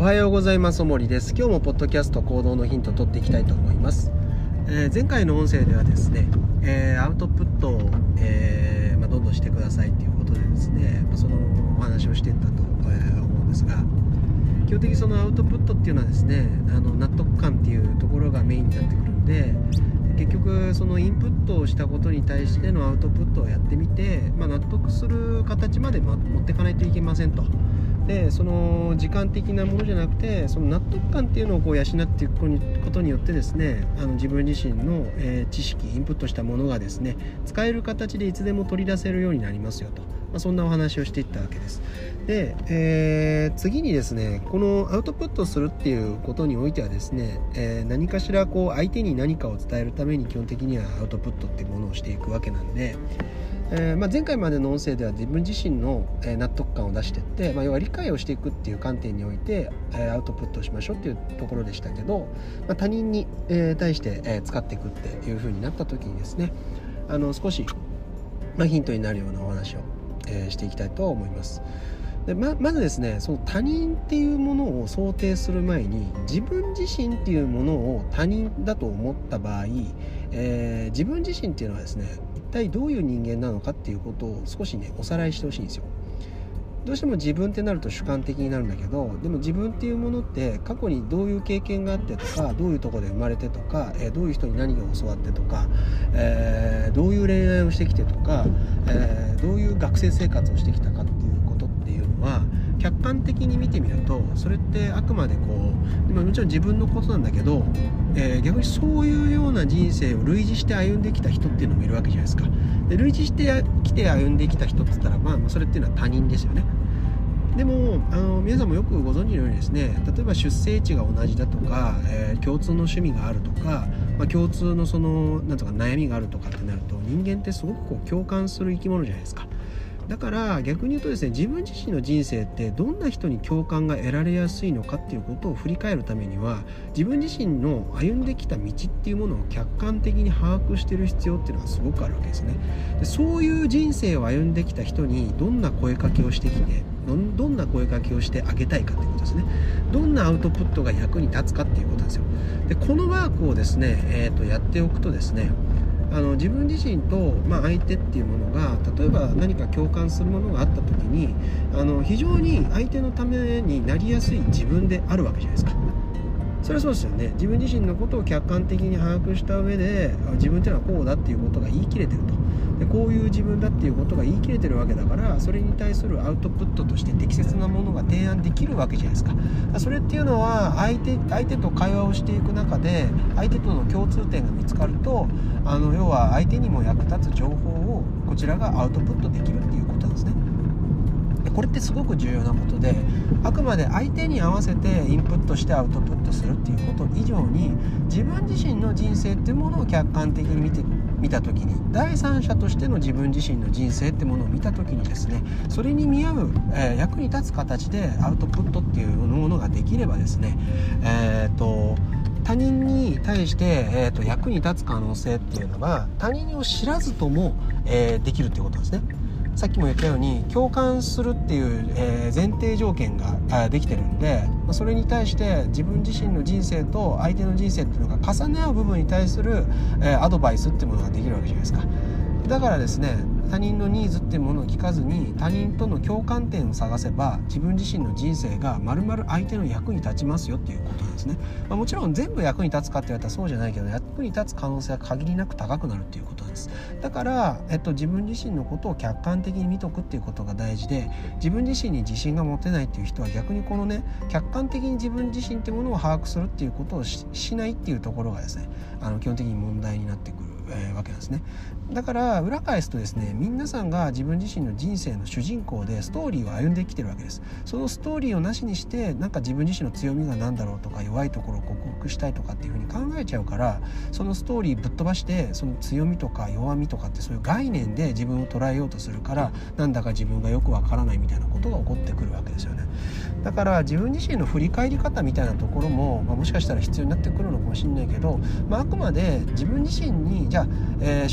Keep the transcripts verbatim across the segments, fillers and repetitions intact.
はようございます。おもりです。今日もポッドキャスト行動のヒントを取っていきたいと思います。えー、前回の音声ではですね、えー、アウトプットを、えーまあ、どんどんしてくださいということでですね、そのお話をしていったと、えー、思うんですが、基本的にそのアウトプットっていうのはですね、あの納得感っていうところがメインになってくるんで、結局そのインプットをしたことに対してのアウトプットをやってみて、まあ、納得する形まで持っていかないといけませんと。でその時間的なものじゃなくて、その納得感っていうのをこう養っていくことによってですね、あの自分自身の、えー、知識インプットしたものがですね、使える形でいつでも取り出せるようになりますよと、まあ、そんなお話をしていったわけです。で、えー、次にですね、このアウトプットするっていうことにおいてはですね、えー、何かしらこう相手に何かを伝えるために基本的にはアウトプットっていうものをしていくわけなんで、えーまあ、前回までの音声では自分自身の、えー、納得感を出していって、まあ、要は理解をしていくっていう観点において、えー、アウトプットをしましょうっていうところでしたけど、まあ、他人に、えー、対して、えー、使っていくっていう風になった時にですね、あの少し、まあ、ヒントになるようなお話を、えー、していきたいと思います。で ま, まずですね、その他人っていうものを想定する前に、自分自身っていうものを他人だと思った場合、えー、自分自身っていうのはですね、一体どういう人間なのかっていうことを少しねおさらいしてほしいんですよ。どうしても自分ってなると主観的になるんだけど、でも自分っていうものって過去にどういう経験があってとか、どういうところで生まれてとか、えー、どういう人に何を教わってとか、えー、どういう恋愛をしてきてとか、えー、どういう学生生活をしてきたかっていうことっていうのは客観的に見てみると、それってあくまでこう、まあ、もちろん自分のことなんだけど、えー、逆にそういうような人生を類似して歩んできた人っていうのもいるわけじゃないですか。で類似してきて歩んできた人って言ったら、まあ、それっていうのは他人ですよね。でもあの皆さんもよくご存知のようにですね、例えば出生地が同じだとか、えー、共通の趣味があるとか、まあ、共通のそのなんとか悩みがあるとかってなると、人間ってすごくこう共感する生き物じゃないですか。だから逆に言うとですね、自分自身の人生ってどんな人に共感が得られやすいのかっていうことを振り返るためには、自分自身の歩んできた道っていうものを客観的に把握している必要っていうのはすごくあるわけですね。でそういう人生を歩んできた人にどんな声かけをしてきて、どんな声かけをしてあげたいかっていうことですね。どんなアウトプットが役に立つかっていうことなんですよ。でこのワークをですね、えーと、やっておくとですね、あの自分自身と、まあ、相手っていうものが、例えば何か共感するものがあった時に、あの非常に相手のためになりやすい自分であるわけじゃないですか。それはそうですよね。自分自身のことを客観的に把握した上で、自分っていうのはこうだっていうことが言い切れてると。でこういう自分だっていうことが言い切れてるわけだから、それに対するアウトプットとして適切なものが提案できるわけじゃないですか。それっていうのは相手相手と会話をしていく中で、相手との共通点が見つかると、あの要は相手にも役立つ情報をこちらがアウトプットできるっていうことなんですね。これってすごく重要なことで、あくまで相手に合わせてインプットしてアウトプットするっていうこと以上に、自分自身の人生っていうものを客観的に見て見た時に、第三者としての自分自身の人生ってものを見た時にですね、それに見合う、えー、役に立つ形でアウトプットっていうものができればですね、えーと他人に対して、えーと役に立つ可能性っていうのが他人を知らずとも、えー、できるっていうことですね。さっきも言ったように、共感するっていう、えー、前提条件ができてるんで、それに対して自分自身の人生と相手の人生っていうのが重ね合う部分に対する、えー、アドバイスっていうものができるわけじゃないですか。だからですね、他人のニーズっていうものを聞かずに、他人との共感点を探せば、自分自身の人生がまるまる相手の役に立ちますよっていうことなんですね。まあ、もちろん全部役に立つかって言われたらそうじゃないけど、役に立つ可能性は限りなく高くなるっていうことなんです。だから、えっと、自分自身のことを客観的に見とくっていうことが大事で、自分自身に自信が持てないっていう人は逆にこのね、客観的に自分自身っていうものを把握するっていうことを し, しないっていうところがですね、あの基本的に問題になってくる、えー、わけなんですね。だから裏返すとですね、皆さんが自分自身の人生の主人公でストーリーを歩んできてるわけです。そのストーリーをなしにして、なんか自分自身の強みが何だろうとか、弱いところを克服したいとかっていうふうに考えちゃうから、そのストーリーぶっ飛ばして、その強みとか弱みとかってそういう概念で自分を捉えようとするから、なんだか自分がよくわからないみたいなことが起こってくるわけですよね。だから自分自身の振り返り方みたいなところも、まあ、もしかしたら必要になってくるのかもしれないけど、まあ、あくまで自分自身に、じゃあ、えー、小学生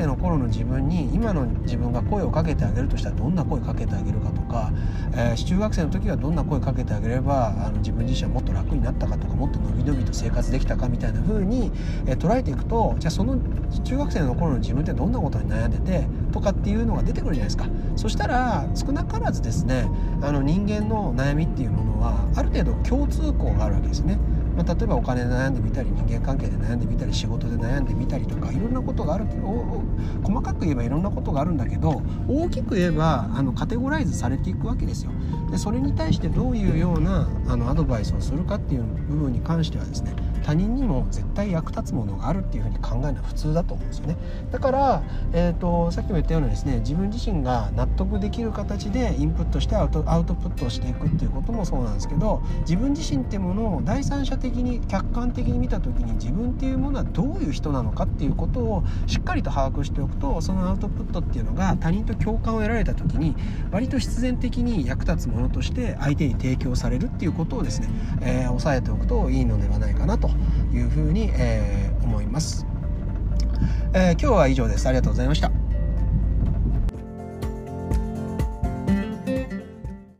生の頃の自分に今の自分が声をかけてあげるとしたらどんな声かけてあげるかとか、えー、中学生の時はどんな声かけてあげればあの自分自身はもっと楽になったかとか、もっと伸び伸びと生活できたかみたいな風に、えー、捉えていくと、じゃあその中学生の頃の自分ってどんなことに悩んでてとかっていうのが出てくるじゃないですか。そしたら少なからずですね、あの人間の悩みっていうものはある程度共通項があるわけですね。まあ、例えばお金で悩んでみたり、人間関係で悩んでみたり、仕事で悩んでみたりとか、いろんなことがあるけど、細かく言えばいろんなことがあるんだけど、大きく言えばあのカテゴライズされていくわけですよ。でそれに対してどういうようなあのアドバイスをするかっていう部分に関してはですね、他人にも絶対役立つものがあるっていうふうに考えるのは普通だと思うんですよね。だから、えーと、さっきも言ったようにですね、自分自身が納得できる形でインプットしてアウト、アウトプットをしていくっていうこともそうなんですけど、自分自身っていうものを第三者的に客観的に見た時に、自分っていうものはどういう人なのかっていうことをしっかりと把握しておくと、そのアウトプットっていうのが他人と共感を得られた時に割と必然的に役立つものとして相手に提供されるっていうことをですね、えー、押さえておくといいのではないかなというふうに、えー、思います。えー、今日は以上です。ありがとうございました。